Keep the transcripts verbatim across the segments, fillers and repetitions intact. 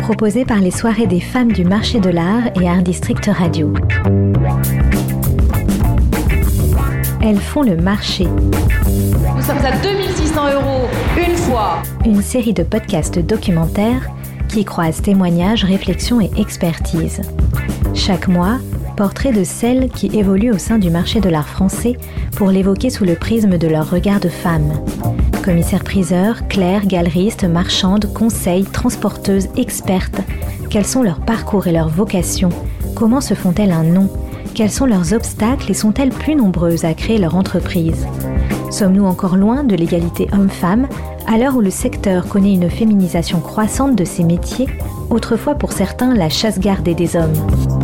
proposé par les soirées des femmes du marché de l'art et Art District Radio. Elles font le marché. Nous sommes à deux mille six cents euros une fois. Une série de podcasts documentaires qui croisent témoignages, réflexions et expertise. Chaque mois, portrait de celles qui évoluent au sein du marché de l'art français pour l'évoquer sous le prisme de leur regard de femme. Commissaires-priseurs, clercs, galeristes, marchandes, conseils, transporteuses, expertes. Quels sont leurs parcours et leurs vocations ? Comment se font-elles un nom ? Quels sont leurs obstacles et sont-elles plus nombreuses à créer leur entreprise ? Sommes-nous encore loin de l'égalité homme-femme à l'heure où le secteur connaît une féminisation croissante de ses métiers, autrefois pour certains la chasse gardée des hommes ?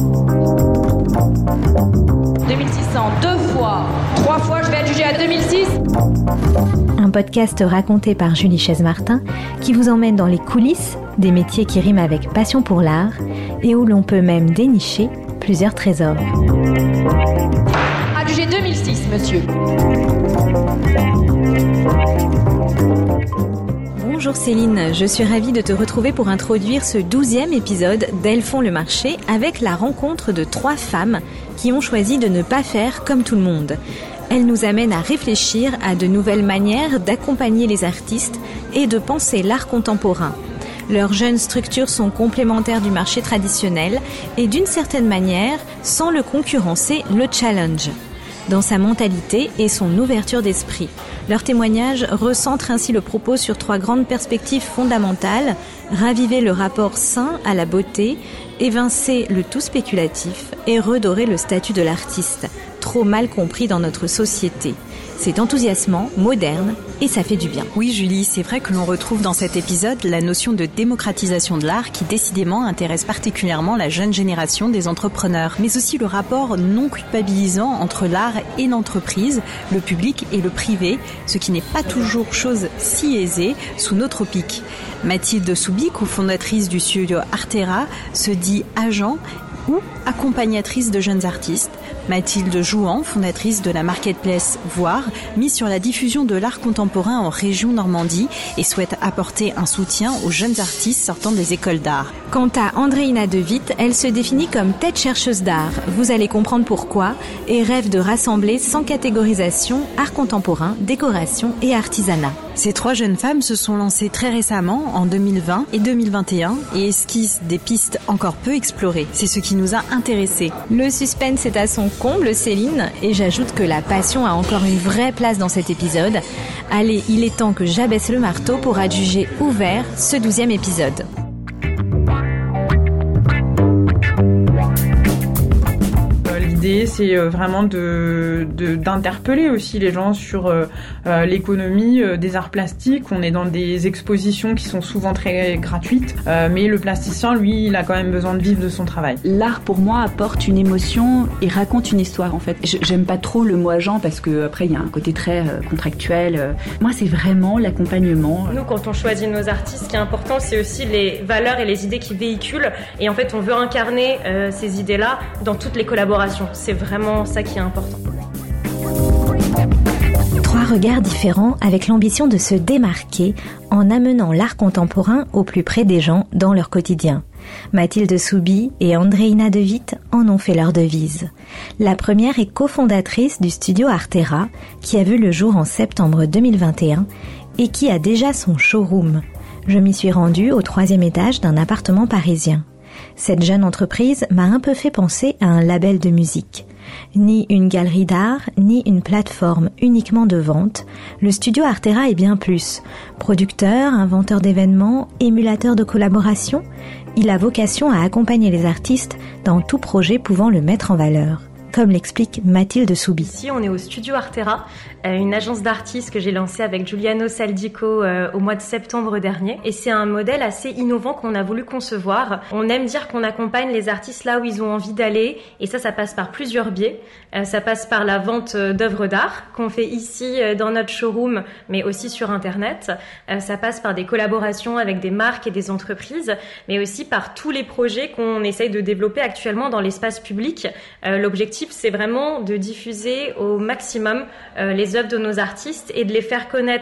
deux mille six cents, deux fois, trois fois, je vais être jugée à deux mille six. Un podcast raconté par Julie Chaise-Martin qui vous emmène dans les coulisses des métiers qui riment avec passion pour l'art et où l'on peut même dénicher plusieurs trésors. Adjugé deux mille six, monsieur. Bonjour Céline, je suis ravie de te retrouver pour introduire ce douzième épisode d'Elles font le marché avec la rencontre de trois femmes qui ont choisi de ne pas faire comme tout le monde. Elles nous amènent à réfléchir à de nouvelles manières d'accompagner les artistes et de penser l'art contemporain. Leurs jeunes structures sont complémentaires du marché traditionnel et d'une certaine manière, sans le concurrencer, le challenge. Dans sa mentalité et son ouverture d'esprit. Leur témoignage recentre ainsi le propos sur trois grandes perspectives fondamentales, raviver le rapport sain à la beauté, évincer le tout spéculatif et redorer le statut de l'artiste, trop mal compris dans notre société. C'est enthousiasmant, moderne et ça fait du bien. Oui Julie, c'est vrai que l'on retrouve dans cet épisode la notion de démocratisation de l'art qui décidément intéresse particulièrement la jeune génération des entrepreneurs, mais aussi le rapport non culpabilisant entre l'art et l'entreprise, le public et le privé, ce qui n'est pas toujours chose si aisée sous nos tropiques. Mathilde Soubi, cofondatrice du studio Artera, se dit agent ou accompagnatrice de jeunes artistes. Mathilde Jouan, fondatrice de la marketplace Voir, mise sur la diffusion de l'art contemporain en région Normandie et souhaite apporter un soutien aux jeunes artistes sortant des écoles d'art. Quant à Andréina De Witt, elle se définit comme tête chercheuse d'art. Vous allez comprendre pourquoi et rêve de rassembler sans catégorisation art contemporain, décoration et artisanat. Ces trois jeunes femmes se sont lancées très récemment, en deux mille vingt et deux mille vingt et un, et esquissent des pistes encore peu explorées. C'est ce qui nous a intéressés. Le suspense est à son comble, Céline, et j'ajoute que la passion a encore une vraie place dans cet épisode. Allez, il est temps que j'abaisse le marteau pour adjuger ouvert ce douzième épisode. L'idée, c'est vraiment de, de, d'interpeller aussi les gens sur euh, l'économie euh, des arts plastiques. On est dans des expositions qui sont souvent très gratuites, euh, mais le plasticien, lui, il a quand même besoin de vivre de son travail. L'art, pour moi, apporte une émotion et raconte une histoire, en fait. J'aime pas trop le mot agent parce que après il y a un côté très euh, contractuel. Moi, c'est vraiment l'accompagnement. Nous, quand on choisit nos artistes, ce qui est important, c'est aussi les valeurs et les idées qu'ils véhiculent. Et en fait, on veut incarner euh, ces idées-là dans toutes les collaborations. C'est vraiment ça qui est important. Trois regards différents avec l'ambition de se démarquer en amenant l'art contemporain au plus près des gens dans leur quotidien. Mathilde Soubi et Andréina De Witt en ont fait leur devise. La première est cofondatrice du studio Artera, qui a vu le jour en septembre deux mille vingt et un et qui a déjà son showroom. Je m'y suis rendue au troisième étage d'un appartement parisien. Cette jeune entreprise m'a un peu fait penser à un label de musique. Ni une galerie d'art, ni une plateforme uniquement de vente, le studio Artera est bien plus. Producteur, inventeur d'événements, émulateur de collaboration, il a vocation à accompagner les artistes dans tout projet pouvant le mettre en valeur. Comme l'explique Mathilde Soubi. Ici, on est au studio Artera, une agence d'artistes que j'ai lancée avec Giuliano Saldico euh, au mois de septembre dernier. Et c'est un modèle assez innovant qu'on a voulu concevoir. On aime dire qu'on accompagne les artistes là où ils ont envie d'aller. Et ça, ça passe par plusieurs biais. Euh, ça passe par la vente d'œuvres d'art qu'on fait ici euh, dans notre showroom, mais aussi sur Internet. Euh, ça passe par des collaborations avec des marques et des entreprises, mais aussi par tous les projets qu'on essaye de développer actuellement dans l'espace public. Euh, l'objectif, c'est vraiment de diffuser au maximum euh, les œuvres de nos artistes et de les faire connaître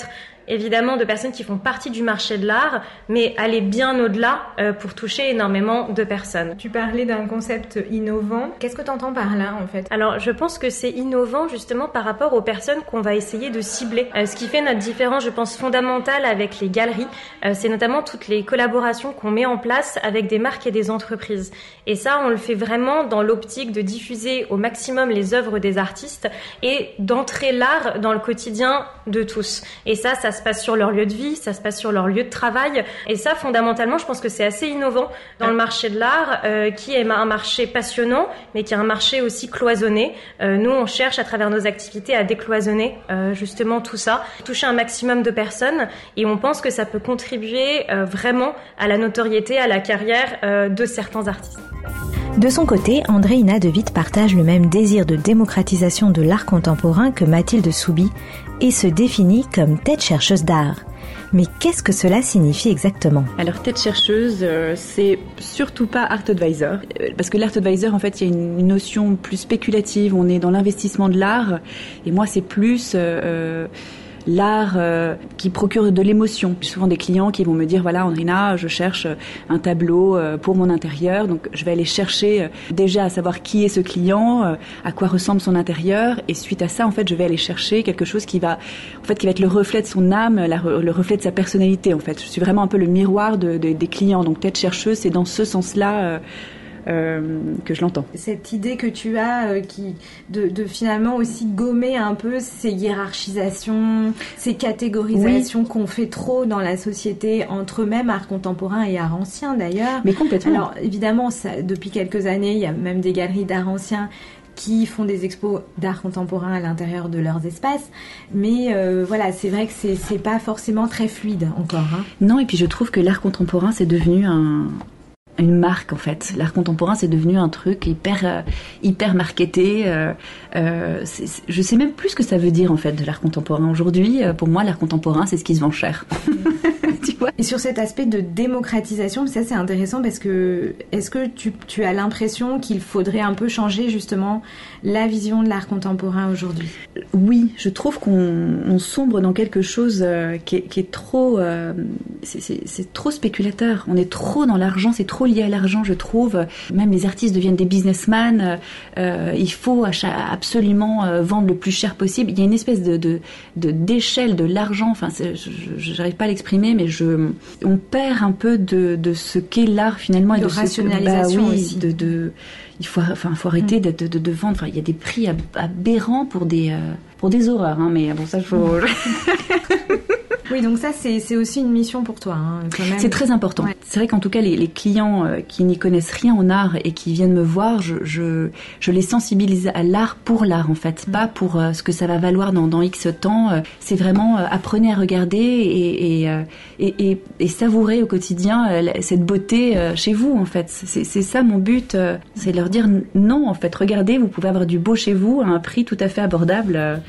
évidemment de personnes qui font partie du marché de l'art, mais aller bien au-delà euh, pour toucher énormément de personnes. Tu parlais d'un concept innovant. Qu'est-ce que tu entends par là en fait ? Alors je pense que c'est innovant justement par rapport aux personnes qu'on va essayer de cibler. Euh, ce qui fait notre différence, je pense, fondamentale avec les galeries, euh, c'est notamment toutes les collaborations qu'on met en place avec des marques et des entreprises. Et ça, on le fait vraiment dans l'optique de diffuser au maximum les œuvres des artistes et d'entrer l'art dans le quotidien de tous. Et ça, ça se passe sur leur lieu de vie, ça se passe sur leur lieu de travail. Et ça, fondamentalement, je pense que c'est assez innovant dans le marché de l'art, euh, qui est un marché passionnant, mais qui est un marché aussi cloisonné. Euh, nous, on cherche à travers nos activités à décloisonner euh, justement tout ça, toucher un maximum de personnes, et on pense que ça peut contribuer euh, vraiment à la notoriété, à la carrière euh, de certains artistes. De son côté, Andréina de Witt partage le même désir de démocratisation de l'art contemporain que Mathilde Souby et se définit comme tête chercheuse d'art. Mais qu'est-ce que cela signifie exactement ? Alors, tête chercheuse, euh, c'est surtout pas art advisor. Euh, parce que l'art advisor, en fait, il y a une, une notion plus spéculative. On est dans l'investissement de l'art. Et moi, c'est plus... Euh, euh, l'art euh, qui procure de l'émotion. J'ai souvent des clients qui vont me dire, voilà, Andréina, je cherche un tableau euh, pour mon intérieur, donc je vais aller chercher euh, déjà à savoir qui est ce client, euh, à quoi ressemble son intérieur, et suite à ça, en fait, je vais aller chercher quelque chose qui va, en fait, qui va être le reflet de son âme, la, le reflet de sa personnalité, en fait. Je suis vraiment un peu le miroir de, de, des clients, donc tête chercheuse, c'est dans ce sens-là euh, Euh, que je l'entends. Cette idée que tu as euh, qui, de, de finalement aussi gommer un peu ces hiérarchisations, ces catégorisations oui. qu'on fait trop dans la société entre même art contemporain et art ancien d'ailleurs. Mais complètement. Alors évidemment, ça, depuis quelques années, il y a même des galeries d'art ancien qui font des expos d'art contemporain à l'intérieur de leurs espaces. Mais euh, voilà, c'est vrai que c'est, c'est pas forcément très fluide encore. Hein. Non, et puis je trouve que l'art contemporain, c'est devenu un... une marque en fait. L'art contemporain c'est devenu un truc hyper euh, hyper marketé. Euh, euh, c'est, c'est, je sais même plus ce que ça veut dire en fait de l'art contemporain aujourd'hui. Euh, pour moi, l'art contemporain c'est ce qui se vend cher. Tu vois ? Et sur cet aspect de démocratisation, ça c'est intéressant parce que est-ce que tu, tu as l'impression qu'il faudrait un peu changer justement la vision de l'art contemporain aujourd'hui ? Oui, je trouve qu'on on sombre dans quelque chose euh, qui, est, qui est trop, euh, c'est, c'est, c'est trop spéculateur. On est trop dans l'argent, c'est trop lié à l'argent, je trouve. Même les artistes deviennent des businessmen. Euh, il faut absolument euh, vendre le plus cher possible. Il y a une espèce de, de, de d'échelle de l'argent. Enfin, c'est, je n'arrive pas à l'exprimer, mais je, on perd un peu de, de ce qu'est l'art finalement et de, de rationalisation ce, bah, oui, aussi. De, de, il faut, enfin, faut arrêter mmh. de, de, de vendre. Enfin, il y a des prix aberrants pour des, euh, pour des horreurs. Hein, mais bon, ça, il faut. Oui, donc ça, c'est, c'est aussi une mission pour toi, hein, quand même. C'est très important. Ouais. C'est vrai qu'en tout cas, les, les clients euh, qui n'y connaissent rien en art et qui viennent me voir, je, je, je les sensibilise à l'art pour l'art, en fait. Mmh. Pas pour euh, ce que ça va valoir dans, dans X temps. Euh, c'est vraiment, euh, apprenez à regarder et, et, euh, et, et, et savourer au quotidien euh, cette beauté euh, chez vous, en fait. C'est, c'est ça mon but. Euh, c'est leur dire non, en fait. Regardez, vous pouvez avoir du beau chez vous à un prix tout à fait abordable. Euh,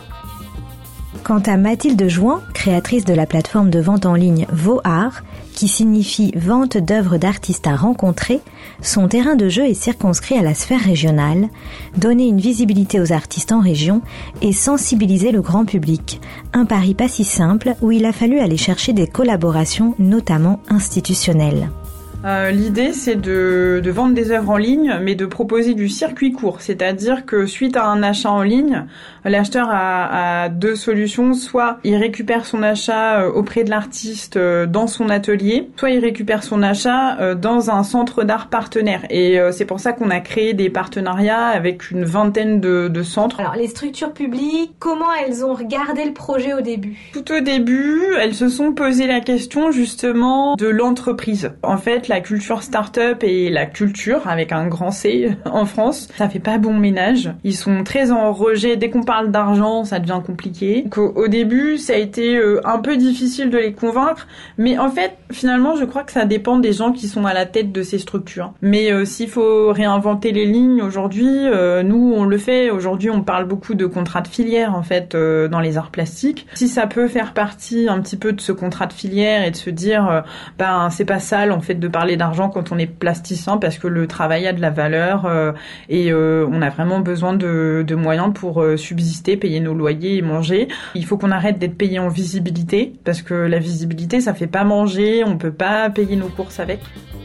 Quant à Mathilde Jouan, créatrice de la plateforme de vente en ligne Vauart, qui signifie vente d'œuvres d'artistes à rencontrer, son terrain de jeu est circonscrit à la sphère régionale, donner une visibilité aux artistes en région et sensibiliser le grand public. Un pari pas si simple où il a fallu aller chercher des collaborations, notamment institutionnelles. Euh, l'idée, c'est de, de vendre des œuvres en ligne, mais de proposer du circuit court. C'est-à-dire que suite à un achat en ligne, l'acheteur a, a deux solutions. Soit il récupère son achat auprès de l'artiste dans son atelier, soit il récupère son achat dans un centre d'art partenaire. Et c'est pour ça qu'on a créé des partenariats avec une vingtaine de, de centres. Alors, les structures publiques, comment elles ont regardé le projet au début ? Tout au début, elles se sont posé la question justement de l'entreprise. En fait, la culture start-up et la culture, avec un grand C en France, ça fait pas bon ménage. Ils sont très en rejet. Dès qu'on parle d'argent, ça devient compliqué. Donc, au début, ça a été un peu difficile de les convaincre. Mais en fait, finalement, je crois que ça dépend des gens qui sont à la tête de ces structures. Mais euh, s'il faut réinventer les lignes aujourd'hui, euh, nous, on le fait. Aujourd'hui, on parle beaucoup de contrats de filière, en fait, euh, dans les arts plastiques. Si ça peut faire partie un petit peu de ce contrat de filière et de se dire, euh, ben, c'est pas sale, en fait, de parler parler d'argent quand on est plasticien parce que le travail a de la valeur euh, et euh, on a vraiment besoin de, de moyens pour euh, subsister, payer nos loyers et manger. Il faut qu'on arrête d'être payé en visibilité parce que la visibilité, ça fait pas manger, on peut pas payer nos courses avec.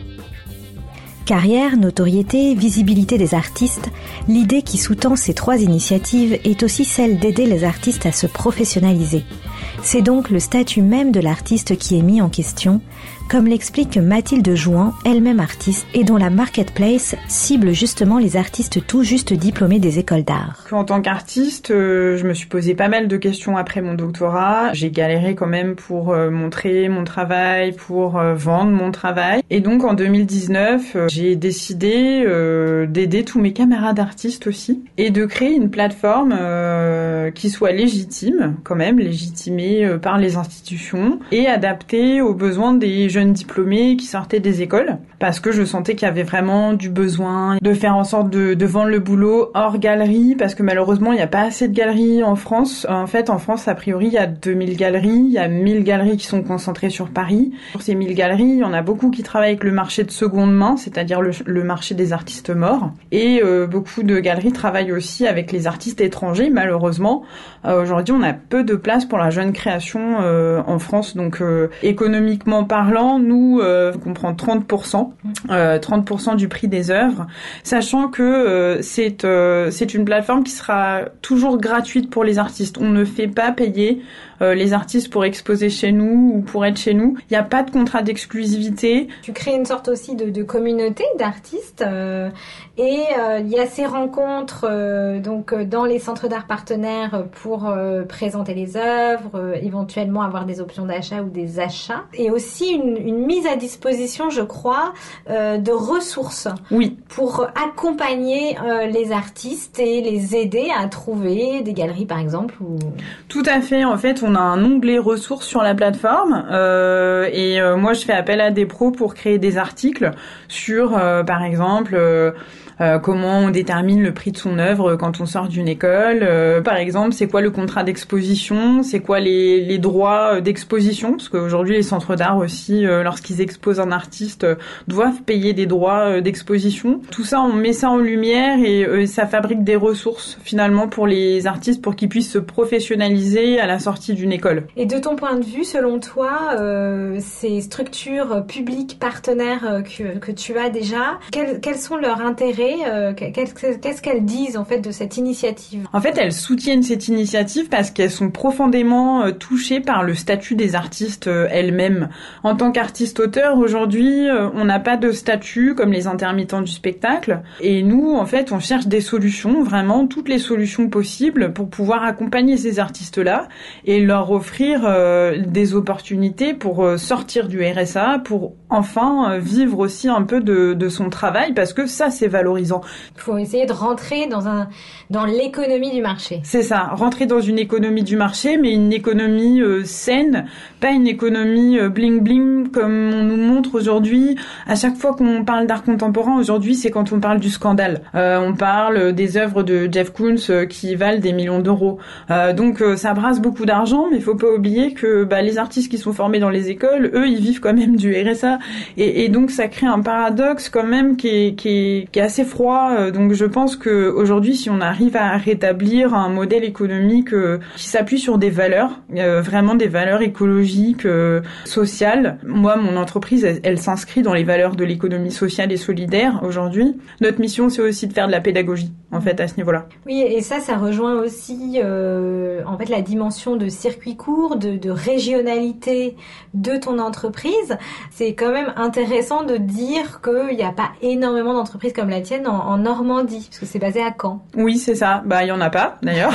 Carrière, notoriété, visibilité des artistes, l'idée qui sous-tend ces trois initiatives est aussi celle d'aider les artistes à se professionnaliser. C'est donc le statut même de l'artiste qui est mis en question, comme l'explique Mathilde Jouan, elle-même artiste, et dont la Marketplace cible justement les artistes tout juste diplômés des écoles d'art. En tant qu'artiste, euh, je me suis posé pas mal de questions après mon doctorat. J'ai galéré quand même pour euh, montrer mon travail, pour euh, vendre mon travail. Et donc en deux mille dix-neuf, euh, j'ai décidé euh, d'aider tous mes camarades artistes aussi et de créer une plateforme euh, qui soit légitime, quand même, légitimée euh, par les institutions et adaptée aux besoins des jeunes diplômés qui sortaient des écoles, parce que je sentais qu'il y avait vraiment du besoin de faire en sorte de, de vendre le boulot hors galerie, parce que malheureusement il n'y a pas assez de galeries en France. En fait, en France, a priori, il y a deux mille galeries, il y a mille galeries qui sont concentrées sur Paris. Sur ces mille galeries, il y en a beaucoup qui travaillent avec le marché de seconde main, c'est-à-dire le, le marché des artistes morts, et euh, beaucoup de galeries travaillent aussi avec les artistes étrangers. Malheureusement, euh, aujourd'hui, on a peu de place pour la jeune création euh, en France, donc euh, économiquement parlant, nous, euh, on prend trente pour cent, euh, trente pour cent du prix des œuvres, sachant que euh, c'est euh, c'est une plateforme qui sera toujours gratuite pour les artistes. On ne fait pas payer euh, les artistes pour exposer chez nous ou pour être chez nous. Il n'y a pas de contrat d'exclusivité. Tu crées une sorte aussi de, de communauté d'artistes euh, et euh, il y a ces rencontres euh, donc dans les centres d'art partenaires pour euh, présenter les œuvres, euh, éventuellement avoir des options d'achat ou des achats, et aussi une, une mise à disposition, je crois, euh, de ressources. Oui. Pour accompagner euh, les artistes et les aider à trouver des galeries, par exemple. Ou... Tout à fait. En fait, on a un onglet ressources sur la plateforme euh, et euh, moi, je fais appel à des pros pour créer des articles sur, euh, par exemple, euh, Euh, comment on détermine le prix de son œuvre quand on sort d'une école. Euh, par exemple, c'est quoi le contrat d'exposition, c'est quoi les, les droits d'exposition, parce qu'aujourd'hui les centres d'art aussi, euh, lorsqu'ils exposent un artiste, euh, doivent payer des droits euh, d'exposition. Tout ça, on met ça en lumière et euh, ça fabrique des ressources finalement pour les artistes pour qu'ils puissent se professionnaliser à la sortie d'une école. Et de ton point de vue, selon toi, euh, ces structures publiques partenaires que, que tu as déjà, quels, quels sont leurs intérêts? Qu'est-ce qu'elles disent en fait de cette initiative? En fait, elles soutiennent cette initiative parce qu'elles sont profondément euh, touchées par le statut des artistes euh, elles-mêmes. En tant qu'artiste-auteur, aujourd'hui, euh, on n'a pas de statut comme les intermittents du spectacle. Et nous, en fait, on cherche des solutions, vraiment toutes les solutions possibles pour pouvoir accompagner ces artistes-là et leur offrir euh, des opportunités pour euh, sortir du R S A, pour enfin euh, vivre aussi un peu de, de son travail, parce que ça, c'est valorisant. Il faut essayer de rentrer dans un dans l'économie du marché. C'est ça, rentrer dans une économie du marché, mais une économie euh, saine, pas une économie euh, bling bling comme on nous montre aujourd'hui. À chaque fois qu'on parle d'art contemporain aujourd'hui, c'est quand on parle du scandale. Euh, on parle des œuvres de Jeff Koons euh, qui valent des millions d'euros. Euh, donc euh, ça brasse beaucoup d'argent, mais il faut pas oublier que bah, les artistes qui sont formés dans les écoles, eux, ils vivent quand même du R S A, et, et donc ça crée un paradoxe quand même qui est, qui est, qui est assez froid. Donc je pense que aujourd'hui, si on arrive à rétablir un modèle économique euh, qui s'appuie sur des valeurs, euh, vraiment des valeurs écologiques, euh, sociales. Moi, mon entreprise, elle, elle s'inscrit dans les valeurs de l'économie sociale et solidaire aujourd'hui. Notre mission, c'est aussi de faire de la pédagogie, en fait, à ce niveau-là. Oui, et ça, ça rejoint aussi, euh, en fait, la dimension de circuit court, de, de régionalité de ton entreprise. C'est quand même intéressant de dire qu'il n'y a pas énormément d'entreprises comme la tienne en, en Normandie, parce que c'est basé à Caen. Oui, c'est ça. Bah, il y en a pas, d'ailleurs.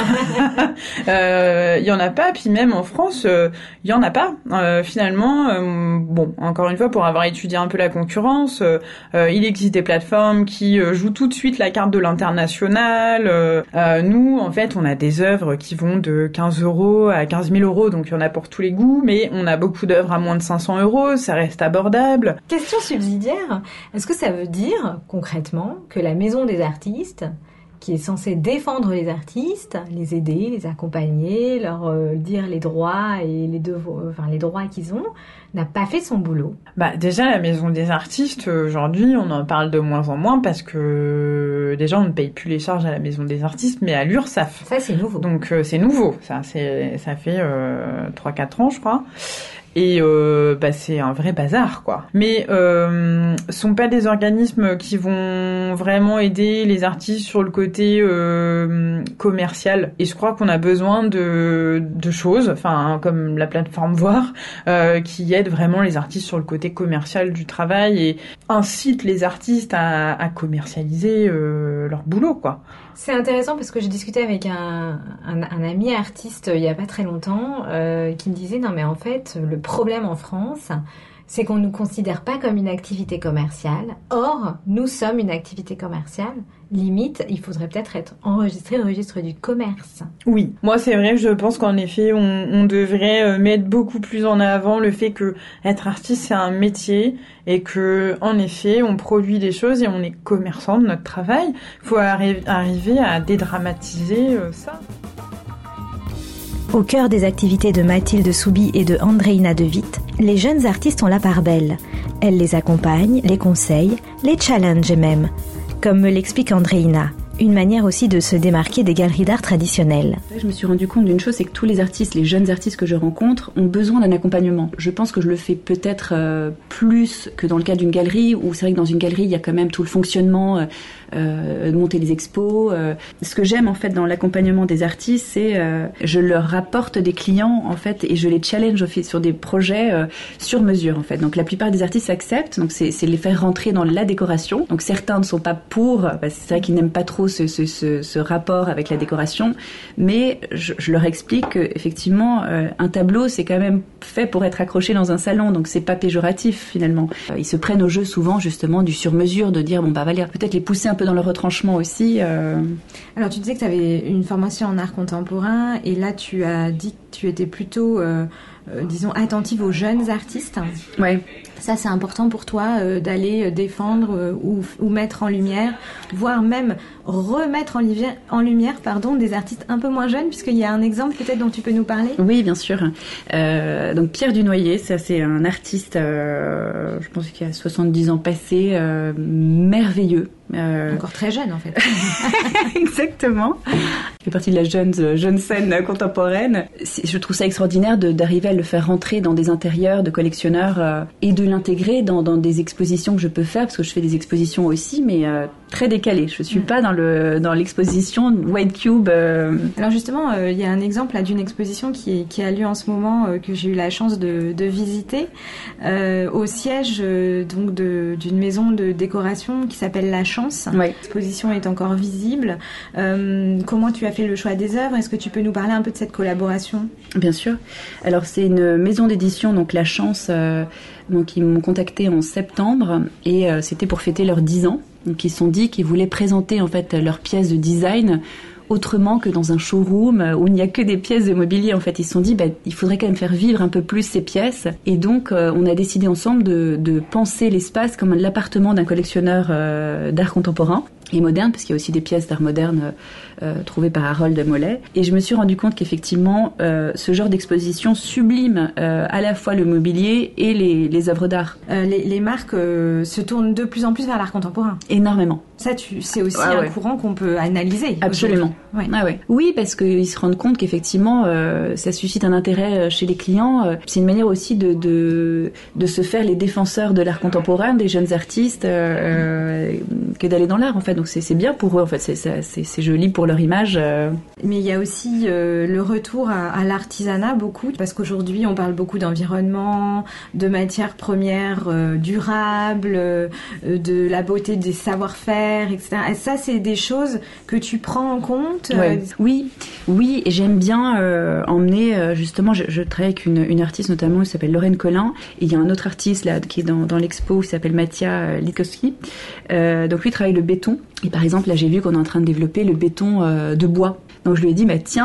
euh, il y en a pas, puis même en France, euh, il y en a pas. Euh, finalement, euh, bon, encore une fois, pour avoir étudié un peu la concurrence, euh, euh, il existe des plateformes qui euh, jouent tout de suite la carte de l'international. Euh, euh, nous, en fait, on a des œuvres qui vont de quinze euros à quinze mille euros, donc il y en a pour tous les goûts, mais on a beaucoup d'œuvres à moins de cinq cents euros, ça reste abordable. Question subsidiaire, est-ce que ça veut dire, concrètement, que la Maison des artistes, qui est censé défendre les artistes, les aider, les accompagner, leur euh, dire les droits et les devoirs, enfin les droits qu'ils ont, n'a pas fait son boulot. Bah déjà la maison des artistes aujourd'hui on en parle de moins en moins parce que déjà on ne paye plus les charges à la maison des artistes mais à l'URSSAF. Ça c'est nouveau. Donc euh, c'est nouveau, ça c'est ça fait euh, trois quatre ans je crois. Et euh, bah c'est un vrai bazar quoi. Mais euh, sont pas des organismes qui vont vraiment aider les artistes sur le côté euh, commercial. Et je crois qu'on a besoin de de choses, enfin comme la plateforme Voir, euh, qui aide vraiment les artistes sur le côté commercial du travail et incite les artistes à, à commercialiser euh, leur boulot quoi. C'est intéressant parce que j'ai discuté avec un, un, un ami artiste il y a pas très longtemps euh, qui me disait non mais en fait le problème en France c'est qu'on ne nous considère pas comme une activité commerciale. Or, nous sommes une activité commerciale. Limite, il faudrait peut-être être enregistré au registre du commerce. Oui, moi c'est vrai que je pense qu'en effet, on, on devrait mettre beaucoup plus en avant le fait que être artiste c'est un métier et que en effet, on produit des choses et on est commerçant de notre travail. Il faut arri- arriver à dédramatiser euh, ça. Au cœur des activités de Mathilde Soubi et de Andreïna De Witt, les jeunes artistes ont la part belle. Elles les accompagnent, les conseillent, les challengent même. Comme me l'explique Andreïna, une manière aussi de se démarquer des galeries d'art traditionnelles. Je me suis rendu compte d'une chose, c'est que tous les artistes, les jeunes artistes que je rencontre, ont besoin d'un accompagnement. Je pense que je le fais peut-être euh, plus que dans le cas d'une galerie, où c'est vrai que dans une galerie, il y a quand même tout le fonctionnement, euh, euh, monter les expos. Euh. Ce que j'aime en fait dans l'accompagnement des artistes, c'est euh, je leur rapporte des clients en fait et je les challenge sur des projets euh, sur mesure en fait. Donc la plupart des artistes acceptent, donc c'est, c'est les faire rentrer dans la décoration. Donc certains ne sont pas pour, parce que c'est vrai qu'ils n'aiment pas trop Ce, ce, ce, ce rapport avec la décoration, mais je, je leur explique que effectivement euh, un tableau c'est quand même fait pour être accroché dans un salon, donc c'est pas péjoratif finalement. Euh, ils se prennent au jeu souvent justement du sur-mesure, de dire bon bah Valérie, peut-être les pousser un peu dans le retranchement aussi. Euh... Alors tu disais que tu avais une formation en art contemporain et là tu as dit que tu étais plutôt euh, euh, disons attentive aux jeunes artistes. Ouais. Ça, c'est important pour toi euh, d'aller défendre euh, ou, ou mettre en lumière, voire même remettre en, lumière, en lumière pardon, des artistes un peu moins jeunes, puisqu'il y a un exemple peut-être dont tu peux nous parler. Oui, bien sûr. Euh, donc Pierre Dunoyer, ça c'est un artiste, euh, je pense qu'il a soixante-dix ans passés, euh, merveilleux. Euh... Encore très jeune en fait. Exactement. Il fait partie de la jeune, jeune scène contemporaine. Je trouve ça extraordinaire de, d'arriver à le faire rentrer dans des intérieurs de collectionneurs euh, et de l'intégrer dans, dans des expositions que je peux faire, parce que je fais des expositions aussi, mais euh, très décalées. Je suis mmh. pas dans, le, dans l'exposition White Cube. Euh... Alors justement, il euh, y a un exemple là, d'une exposition qui, qui a lieu en ce moment, euh, que j'ai eu la chance de, de visiter, euh, au siège euh, donc de, d'une maison de décoration qui s'appelle La Chance. Oui. L'exposition est encore visible. Euh, comment tu as fait le choix des œuvres ? Est-ce que tu peux nous parler un peu de cette collaboration ? Bien sûr. Alors c'est une maison d'édition, donc La Chance, euh, donc ils m'ont contacté en septembre et euh, c'était pour fêter leurs dix ans. Donc ils se sont dit qu'ils voulaient présenter en fait leurs pièces de design autrement que dans un showroom où il n'y a que des pièces de mobilier. En fait, ils se sont dit, bah, il faudrait quand même faire vivre un peu plus ces pièces. Et donc, euh, on a décidé ensemble de, de penser l'espace comme l'appartement d'un collectionneur euh, d'art contemporain et moderne, parce qu'il y a aussi des pièces d'art moderne euh, trouvées par Harold Mollet. Et je me suis rendu compte qu'effectivement, euh, ce genre d'exposition sublime euh, à la fois le mobilier et les, les œuvres d'art. Euh, les, les marques euh, se tournent de plus en plus vers l'art contemporain. Énormément. Ça, tu, c'est aussi ah, un ouais. courant qu'on peut analyser. Absolument. Ouais. Ah, ouais. Oui, parce qu'ils se rendent compte qu'effectivement, euh, ça suscite un intérêt chez les clients. C'est une manière aussi de, de, de se faire les défenseurs de l'art contemporain, des jeunes artistes, euh, que d'aller dans l'art, en fait. Donc c'est, c'est bien pour eux, en fait. C'est, c'est, c'est joli pour leur image. Euh. Mais il y a aussi euh, le retour à, à l'artisanat, beaucoup, parce qu'aujourd'hui, on parle beaucoup d'environnement, de matières premières euh, durables, euh, de la beauté des savoir-faire, et cetera. Et ça, c'est des choses que tu prends en compte. Ouais. Oui, oui, et j'aime bien euh, emmener, euh, justement, je, je travaille avec une, une artiste notamment qui s'appelle Lorraine Collin, et il y a un autre artiste là qui est dans, dans l'expo qui s'appelle Mathia Litkowski. Euh, donc lui il travaille le béton, et par exemple là j'ai vu qu'on est en train de développer le béton euh, de bois. Donc je lui ai dit, bah tiens,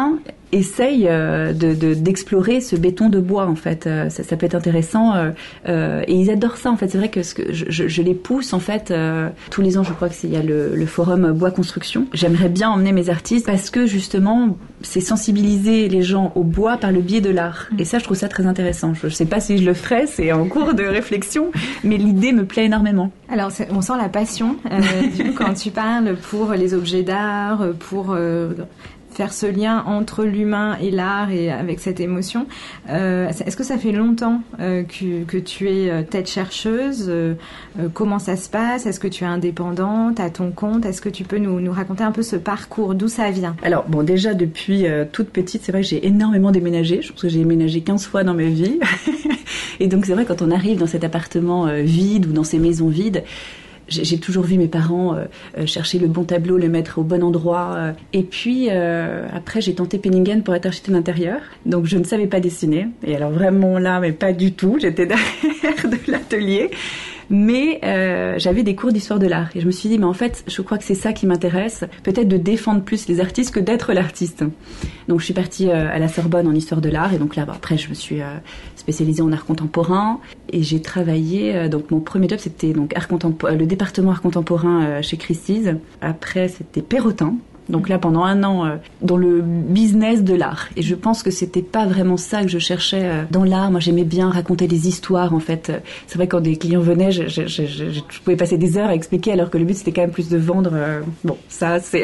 essaye euh, de, de, d'explorer ce béton de bois en fait. Euh, ça, ça peut être intéressant euh, euh, et ils adorent ça en fait. C'est vrai que, ce que je, je, je les pousse en fait euh, tous les ans. Je crois que c'est, il y a le, le forum bois construction. J'aimerais bien emmener mes artistes parce que justement c'est sensibiliser les gens au bois par le biais de l'art. Et ça je trouve ça très intéressant. Je, je sais pas si je le ferai, c'est en cours de réflexion, mais l'idée me plaît énormément. Alors on sent la passion euh, du coup quand tu parles pour les objets d'art, pour euh, faire ce lien entre l'humain et l'art et avec cette émotion. Euh, est-ce que ça fait longtemps euh, que, que tu es tête chercheuse euh, Comment ça se passe? Est-ce que tu es indépendante, à ton compte? Est-ce que tu peux nous, nous raconter un peu ce parcours, d'où ça vient? Alors bon, déjà depuis euh, toute petite, c'est vrai que j'ai énormément déménagé. Je pense que j'ai déménagé quinze fois dans ma vie. Et donc c'est vrai quand on arrive dans cet appartement euh, vide ou dans ces maisons vides, j'ai toujours vu mes parents euh, chercher le bon tableau, le mettre au bon endroit. Euh. Et puis, euh, après, j'ai tenté Penningen pour être architecte d'intérieur. Donc, je ne savais pas dessiner. Et alors, vraiment là, mais pas du tout. J'étais derrière de l'atelier. Mais euh, j'avais des cours d'histoire de l'art. Et je me suis dit, mais en fait, je crois que c'est ça qui m'intéresse. Peut-être de défendre plus les artistes que d'être l'artiste. Donc, je suis partie euh, à la Sorbonne en histoire de l'art. Et donc là, bah, après, je me suis... Euh, spécialisée en art contemporain et j'ai travaillé euh, donc mon premier job c'était donc art contemporain, le département art contemporain euh, chez Christie's. Après c'était Perrotin. Donc là pendant un an euh, dans le business de l'art et je pense que c'était pas vraiment ça que je cherchais euh, dans l'art. Moi j'aimais bien raconter des histoires en fait. C'est vrai quand des clients venaient je, je, je, je, je pouvais passer des heures à expliquer alors que le but c'était quand même plus de vendre. Euh, bon ça c'est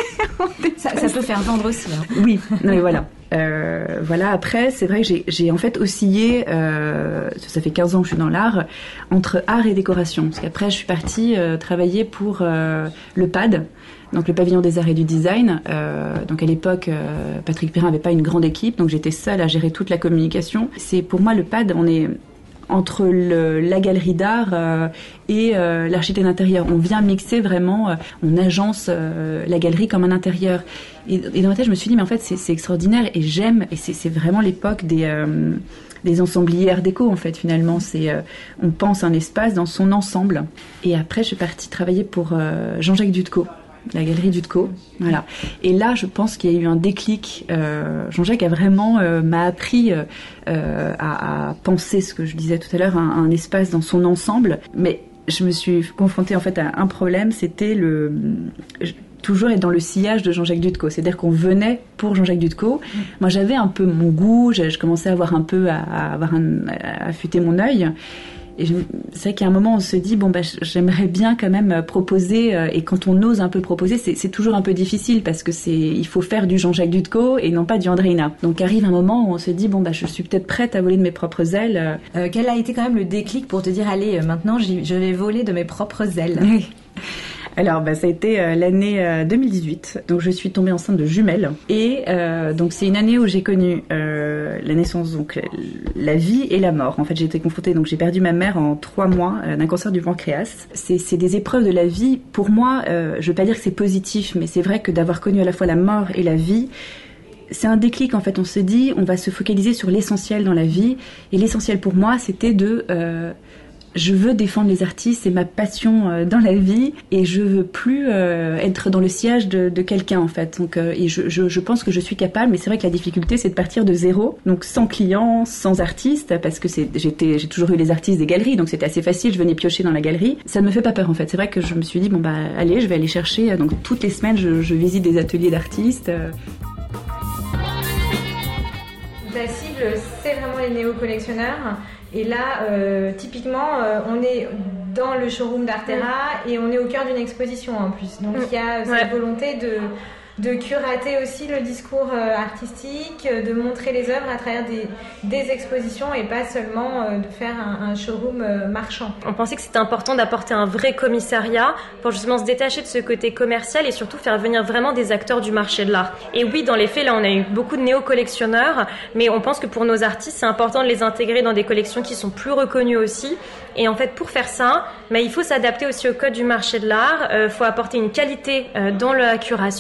ça, ça peut faire vendre aussi. Hein. Oui, non mais voilà. Euh, voilà, après, c'est vrai que j'ai, j'ai en fait oscillé, euh, ça fait quinze ans que je suis dans l'art, entre art et décoration. Parce qu'après, je suis partie euh, travailler pour euh, le P A D, donc le Pavillon des Arts et du Design. Euh, donc à l'époque, euh, Patrick Perrin n'avait pas une grande équipe, donc j'étais seule à gérer toute la communication. C'est pour moi le P A D, on est entre le, la galerie d'art euh, et euh, l'architecte d'intérieur. On vient mixer vraiment, euh, on agence euh, la galerie comme un intérieur. Et, et dans ma tête, je me suis dit, mais en fait, c'est, c'est extraordinaire et j'aime, et c'est, c'est vraiment l'époque des, euh, des ensembliers art déco, en fait, finalement. C'est, euh, on pense un espace dans son ensemble. Et après, je suis partie travailler pour euh, Jean-Jacques Dutcot, la galerie Dutcot, voilà. Et là, je pense qu'il y a eu un déclic. Euh, Jean-Jacques a vraiment euh, m'a appris euh, à, à penser ce que je disais tout à l'heure, un, un espace dans son ensemble. Mais je me suis confrontée en fait à un problème, c'était le je, toujours être dans le sillage de Jean-Jacques Dutcot. C'est-à-dire qu'on venait pour Jean-Jacques Dutcot. Mmh. Moi, j'avais un peu mon goût, je, je commençais à avoir un peu à, à avoir un, à affûter mon œil. Et je, c'est vrai qu'à un moment, on se dit, bon, bah, j'aimerais bien quand même proposer, euh, et quand on ose un peu proposer, c'est, c'est toujours un peu difficile parce que c'est, il faut faire du Jean-Jacques Dutcot et non pas du Andréina. Donc arrive un moment où on se dit, bon, bah, je suis peut-être prête à voler de mes propres ailes. Euh, quel a été quand même le déclic pour te dire, allez, maintenant, j'y, je vais voler de mes propres ailes? Oui. Alors, bah, ça a été euh, l'année euh, deux mille dix-huit. Donc, je suis tombée enceinte de jumelles. Et euh, donc, c'est une année où j'ai connu euh, la naissance, donc la vie et la mort. En fait, j'ai été confrontée. Donc, j'ai perdu ma mère en trois mois euh, d'un cancer du pancréas. C'est, c'est des épreuves de la vie. Pour moi, euh, je veux pas dire que c'est positif, mais c'est vrai que d'avoir connu à la fois la mort et la vie, c'est un déclic. En fait, on se dit, on va se focaliser sur l'essentiel dans la vie. Et l'essentiel pour moi, c'était de euh, je veux défendre les artistes, c'est ma passion euh, dans la vie et je veux plus euh, être dans le sillage de, de quelqu'un en fait. Donc, euh, et je, je, je pense que je suis capable, mais c'est vrai que la difficulté c'est de partir de zéro, donc sans clients, sans artistes, parce que c'est, j'étais, j'ai toujours eu les artistes des galeries, donc c'était assez facile, je venais piocher dans la galerie. Ça ne me fait pas peur en fait. C'est vrai que je me suis dit bon bah allez, je vais aller chercher. Donc toutes les semaines, je, je visite des ateliers d'artistes. Ta cible, c'est vraiment les néo-collectionneurs. Et là, euh, typiquement, euh, on est dans le showroom d'Artera et on est au cœur d'une exposition en plus. Donc il y a cette ouais. volonté de, de curater aussi le discours euh, artistique, de montrer les œuvres à travers des, des expositions et pas seulement euh, de faire un, un showroom euh, marchand. On pensait que c'était important d'apporter un vrai commissariat pour justement se détacher de ce côté commercial et surtout faire venir vraiment des acteurs du marché de l'art. Et oui, dans les faits, là, on a eu beaucoup de néo-collectionneurs, mais on pense que pour nos artistes, c'est important de les intégrer dans des collections qui sont plus reconnues aussi. Et en fait, pour faire ça, bah, il faut s'adapter aussi au code du marché de l'art. Il euh, faut apporter une qualité euh, dans la curation, de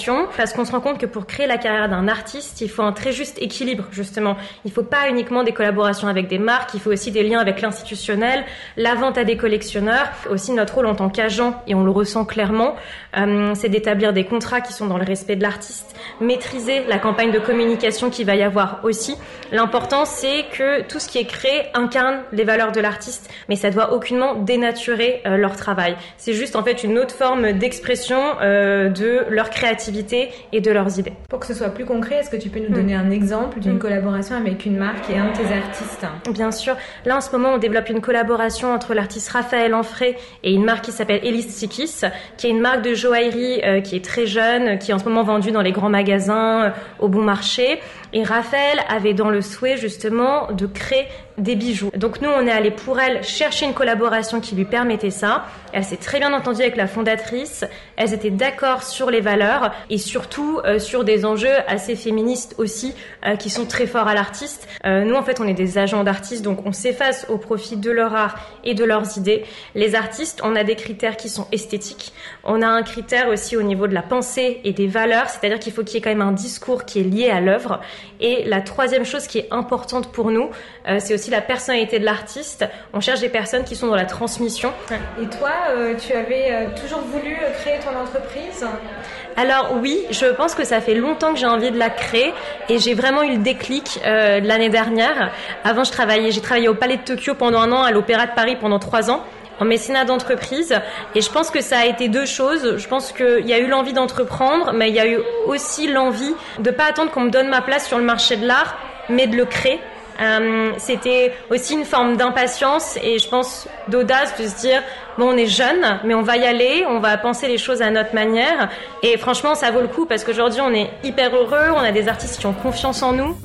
parce qu'on se rend compte que pour créer la carrière d'un artiste, il faut un très juste équilibre, justement. Il faut pas uniquement des collaborations avec des marques, il faut aussi des liens avec l'institutionnel, la vente à des collectionneurs. Aussi, notre rôle en tant qu'agent, et on le ressent clairement, euh, c'est d'établir des contrats qui sont dans le respect de l'artiste, maîtriser la campagne de communication qu'il va y avoir aussi. L'important, c'est que tout ce qui est créé incarne les valeurs de l'artiste, mais ça doit aucunement dénaturer euh, leur travail. C'est juste en fait une autre forme d'expression euh, de leur créativité et de leurs idées. Pour que ce soit plus concret, est-ce que tu peux nous donner mmh. un exemple d'une mmh. collaboration avec une marque et un de tes artistes ? Bien sûr. Là, en ce moment, on développe une collaboration entre l'artiste Raphaël Enfray et une marque qui s'appelle Elise Sikis, qui est une marque de joaillerie euh, qui est très jeune, qui est en ce moment vendue dans les grands magasins, euh, au bon marché. Et Raphaël avait dans le souhait justement de créer des bijoux. Donc nous, on est allé pour elle chercher une collaboration qui lui permettait ça. Elle s'est très bien entendue avec la fondatrice. Elles étaient d'accord sur les valeurs et surtout euh, sur des enjeux assez féministes aussi euh, qui sont très forts à l'artiste. Euh, nous, en fait, on est des agents d'artistes, donc on s'efface au profit de leur art et de leurs idées. Les artistes, on a des critères qui sont esthétiques. On a un critère aussi au niveau de la pensée et des valeurs, c'est-à-dire qu'il faut qu'il y ait quand même un discours qui est lié à l'œuvre. Et la troisième chose qui est importante pour nous, euh, c'est aussi la personnalité de l'artiste. On cherche des personnes qui sont dans la transmission. Et toi, euh, tu avais euh, toujours voulu créer ton entreprise ? Alors oui, je pense que ça fait longtemps que j'ai envie de la créer et j'ai vraiment eu le déclic euh, l'année dernière. Avant, je travaillais, j'ai travaillé au Palais de Tokyo pendant un an, à l'Opéra de Paris pendant trois ans, en mécénat d'entreprise. Et je pense que ça a été deux choses. Je pense qu'il y a eu l'envie d'entreprendre, mais il y a eu aussi l'envie de pas attendre qu'on me donne ma place sur le marché de l'art, mais de le créer. Euh, c'était aussi une forme d'impatience et je pense d'audace de se dire bon, on est jeune, mais on va y aller, on va penser les choses à notre manière. Et franchement, ça vaut le coup parce qu'aujourd'hui, on est hyper heureux, on a des artistes qui ont confiance en nous.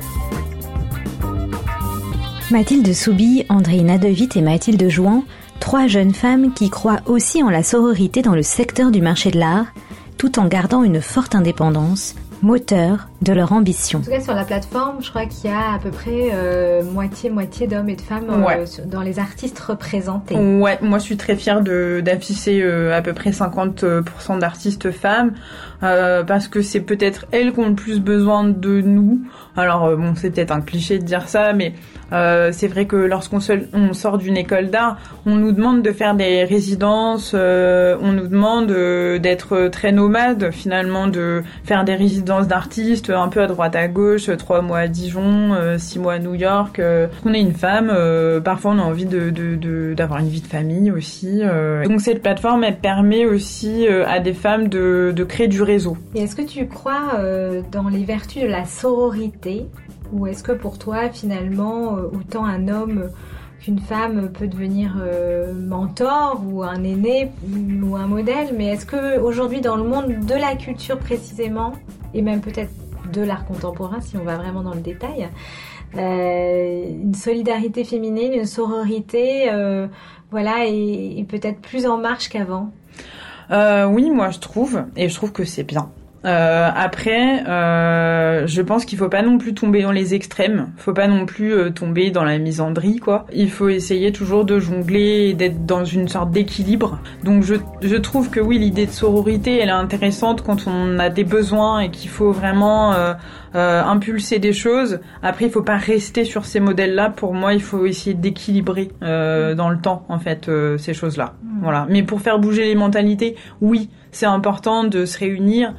Mathilde Soubille, Andréine Adewitt et Mathilde Jouan, trois jeunes femmes qui croient aussi en la sororité dans le secteur du marché de l'art, tout en gardant une forte indépendance, moteur de leur ambition. En tout cas, sur la plateforme, je crois qu'il y a à peu près euh, moitié-moitié d'hommes et de femmes euh, ouais. dans les artistes représentés. Ouais, moi je suis très fière de, d'afficher euh, à peu près cinquante pour cent d'artistes femmes euh, parce que c'est peut-être elles qui ont le plus besoin de nous. Alors euh, bon, c'est peut-être un cliché de dire ça, mais euh, c'est vrai que lorsqu'on se, on sort d'une école d'art, on nous demande de faire des résidences, euh, on nous demande euh, d'être très nomade, finalement de faire des résidences d'artistes un peu à droite à gauche, trois mois à Dijon, euh, six mois à New York. Euh, on est une femme, euh, parfois on a envie de, de, de d'avoir une vie de famille aussi. Euh. Donc cette plateforme, elle permet aussi euh, à des femmes de, de créer du réseau. Et est-ce que tu crois euh, dans les vertus de la sororité, ou est-ce que pour toi finalement euh, autant un homme qu'une femme peut devenir euh, mentor ou un aîné ou un modèle, mais est-ce que aujourd'hui dans le monde de la culture précisément, et même peut-être de l'art contemporain si on va vraiment dans le détail, euh, une solidarité féminine, une sororité, euh, voilà, est, est peut-être plus en marche qu'avant? Euh, oui, moi je trouve, et je trouve que c'est bien. Euh, après, euh, je pense qu'il faut pas non plus tomber dans les extrêmes. Faut pas non plus euh, tomber dans la misandrie, quoi. Il faut essayer toujours de jongler et d'être dans une sorte d'équilibre. Donc je, je trouve que oui, l'idée de sororité, elle est intéressante quand on a des besoins et qu'il faut vraiment euh, euh, impulser des choses. Après, il faut pas rester sur ces modèles-là. Pour moi, il faut essayer d'équilibrer euh, dans le temps, en fait, euh, ces choses-là. Mmh. Voilà. Mais pour faire bouger les mentalités, oui, c'est important de se réunir.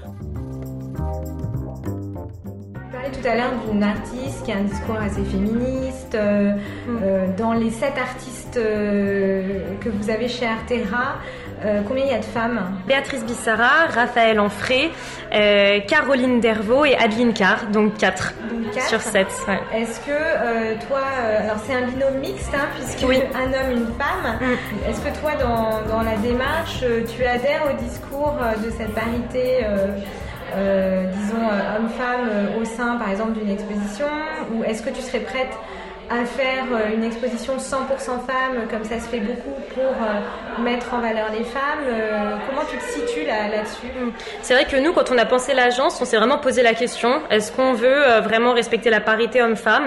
Tout à l'heure d'une artiste qui a un discours assez féministe. Euh, mmh. euh, dans les sept artistes euh, que vous avez chez Artera, euh, combien il y a de femmes? Béatrice Bissara, Raphaël Enfray, euh, Caroline Dervaux et Adeline Carr, donc quatre sur sept. Ouais. Est-ce que euh, toi, euh, alors c'est un binôme mixte, hein, puisque oui. un homme, une femme. Mmh. Est-ce que toi, dans, dans la démarche, tu adhères au discours de cette parité euh, Euh, disons euh, homme-femme euh, au sein par exemple d'une exposition, ou est-ce que tu serais prête à faire euh, une exposition cent pour cent femmes comme ça se fait beaucoup pour euh, mettre en valeur les femmes? euh, Comment tu te situes là, là-dessus? C'est vrai que nous, quand on a pensé l'agence, on s'est vraiment posé la question, est-ce qu'on veut euh, vraiment respecter la parité homme-femme?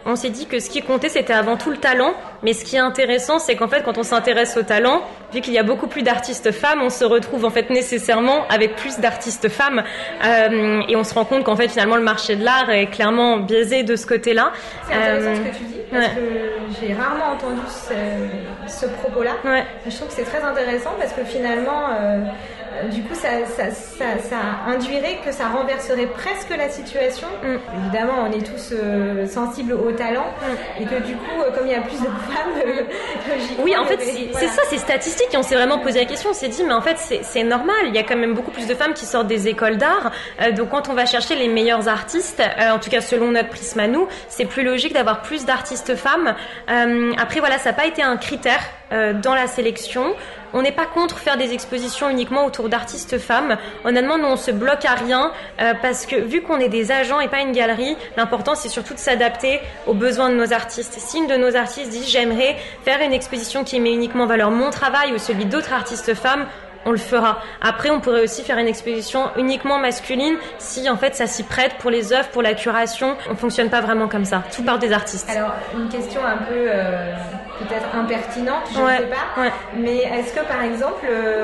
on s'est dit que ce qui comptait, c'était avant tout le talent. Mais ce qui est intéressant, c'est qu'en fait, quand on s'intéresse au talent, vu qu'il y a beaucoup plus d'artistes femmes, on se retrouve en fait nécessairement avec plus d'artistes femmes. Euh, et on se rend compte qu'en fait, finalement, le marché de l'art est clairement biaisé de ce côté-là. C'est intéressant euh, ce que tu dis, parce ouais. que j'ai rarement entendu ce, ce propos-là. Ouais. Je trouve que c'est très intéressant parce que finalement... Euh, Du coup, ça, ça, ça, ça induirait que ça renverserait presque la situation. Mm. Évidemment, on est tous euh, sensibles au talent mm. et que du coup, euh, comme il y a plus de femmes, euh, oui, en fait, c'est, voilà. c'est ça, c'est statistique. Et on s'est vraiment posé la question. On s'est dit, mais en fait, c'est, c'est normal. Il y a quand même beaucoup plus de femmes qui sortent des écoles d'art. Euh, donc, quand on va chercher les meilleurs artistes, euh, en tout cas selon notre prisme à nous, c'est plus logique d'avoir plus d'artistes femmes. Euh, après, voilà, ça n'a pas été un critère euh, dans la sélection. On n'est pas contre faire des expositions uniquement autour d'artistes femmes. Honnêtement, nous, on se bloque à rien euh, parce que vu qu'on est des agents et pas une galerie, l'important, c'est surtout de s'adapter aux besoins de nos artistes. Si une de nos artistes dit « j'aimerais faire une exposition qui met uniquement en valeur mon travail ou celui d'autres artistes femmes », on le fera. Après, on pourrait aussi faire une exposition uniquement masculine si, en fait, ça s'y prête pour les œuvres, pour la curation. On fonctionne pas vraiment comme ça. Tout part des artistes. Alors, une question un peu euh, peut-être impertinente, je ne ouais, sais pas. Ouais. Mais est-ce que, par exemple,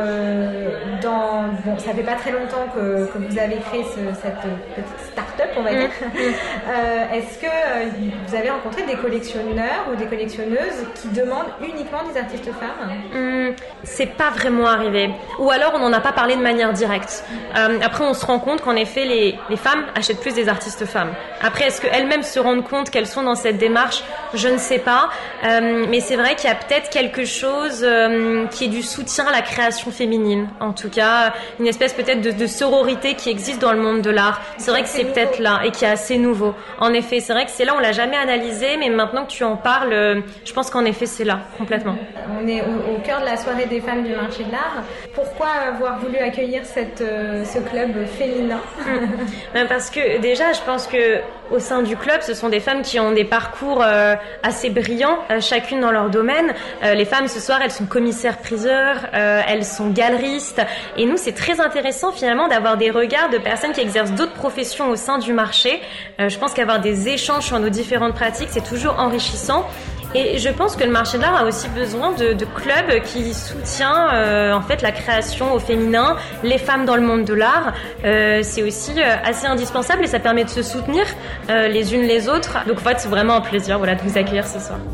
euh, dans bon, ça fait pas très longtemps que, que vous avez créé ce, cette petite start-up, on va dire. Mmh. euh, est-ce que euh, vous avez rencontré des collectionneurs ou des collectionneuses qui demandent uniquement des artistes femmes ? mmh, C'est pas vraiment arrivé. Ou alors on n'en a pas parlé de manière directe. Euh, après on se rend compte qu'en effet les, les femmes achètent plus des artistes femmes. Après est-ce qu'elles-mêmes se rendent compte qu'elles sont dans cette démarche ? Je ne sais pas. Euh, mais c'est vrai qu'il y a peut-être quelque chose euh, qui est du soutien à la création féminine. En tout cas, une espèce peut-être de, de sororité qui existe dans le monde de l'art. C'est vrai que c'est peut-être là et qui est assez nouveau. En effet, c'est vrai que c'est là, on l'a jamais analysé, mais maintenant que tu en parles, euh, je pense qu'en effet c'est là, complètement. On est au, au cœur de la soirée des femmes du marché de l'art. Pourquoi avoir voulu accueillir cette, euh, ce club féminin ? mmh. Parce que déjà, je pense que au sein du club, ce sont des femmes qui ont des parcours euh, assez brillants, euh, chacune dans leur domaine. Euh, les femmes, ce soir, elles sont commissaires-priseurs, euh, elles sont galeristes. Et nous, c'est très intéressant finalement d'avoir des regards de personnes qui exercent d'autres professions au sein du marché. Euh, je pense qu'avoir des échanges sur nos différentes pratiques, c'est toujours enrichissant. Et je pense que le marché de l'art a aussi besoin de, de clubs qui soutient euh, en fait la création au féminin, les femmes dans le monde de l'art. Euh, c'est aussi euh, assez indispensable et ça permet de se soutenir euh, les unes les autres. Donc en fait, c'est vraiment un plaisir voilà, de vous accueillir ce soir.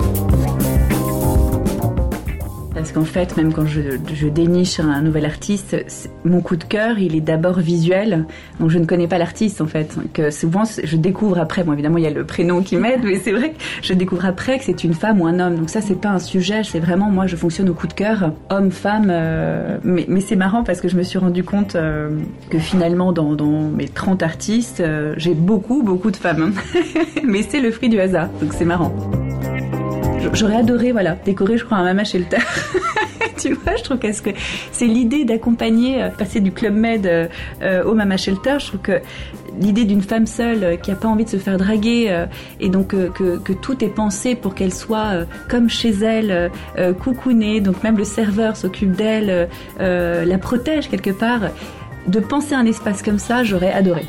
Parce qu'en fait, même quand je, je déniche un nouvel artiste, mon coup de cœur, il est d'abord visuel. Donc je ne connais pas l'artiste en fait. Que souvent, je découvre après. Bon, évidemment, il y a le prénom qui m'aide, mais c'est vrai que je découvre après que c'est une femme ou un homme. Donc ça, c'est pas un sujet. C'est vraiment moi, je fonctionne au coup de cœur, homme, femme. Euh, mais, mais c'est marrant parce que je me suis rendu compte euh, que finalement, dans, dans mes trente artistes, euh, j'ai beaucoup, beaucoup de femmes. Mais c'est le fruit du hasard. Donc c'est marrant. J'aurais adoré, voilà, décorer, je crois, un Mama Shelter. Tu vois, je trouve que c'est l'idée d'accompagner, passer du Club Med euh, au Mama Shelter. Je trouve que l'idée d'une femme seule euh, qui a pas envie de se faire draguer euh, et donc euh, que, que tout est pensé pour qu'elle soit euh, comme chez elle, euh, coucounée. Donc même le serveur s'occupe d'elle, euh, la protège quelque part. De penser à un espace comme ça, j'aurais adoré.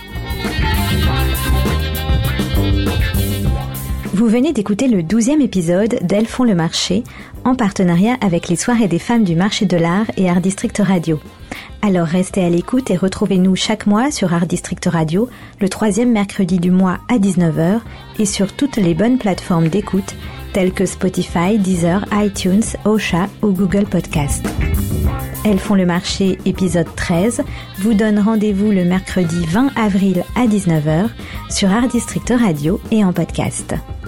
Vous venez d'écouter le douzième épisode d'Elles font le marché, en partenariat avec les soirées des femmes du marché de l'art et Art District Radio. Alors restez à l'écoute et retrouvez-nous chaque mois sur Art District Radio, le troisième mercredi du mois à dix-neuf heures et sur toutes les bonnes plateformes d'écoute telles que Spotify, Deezer, iTunes, Ocha ou Google Podcast. Elles font le marché, épisode treize, vous donne rendez-vous le mercredi vingt avril à dix-neuf heures sur Art District Radio et en podcast.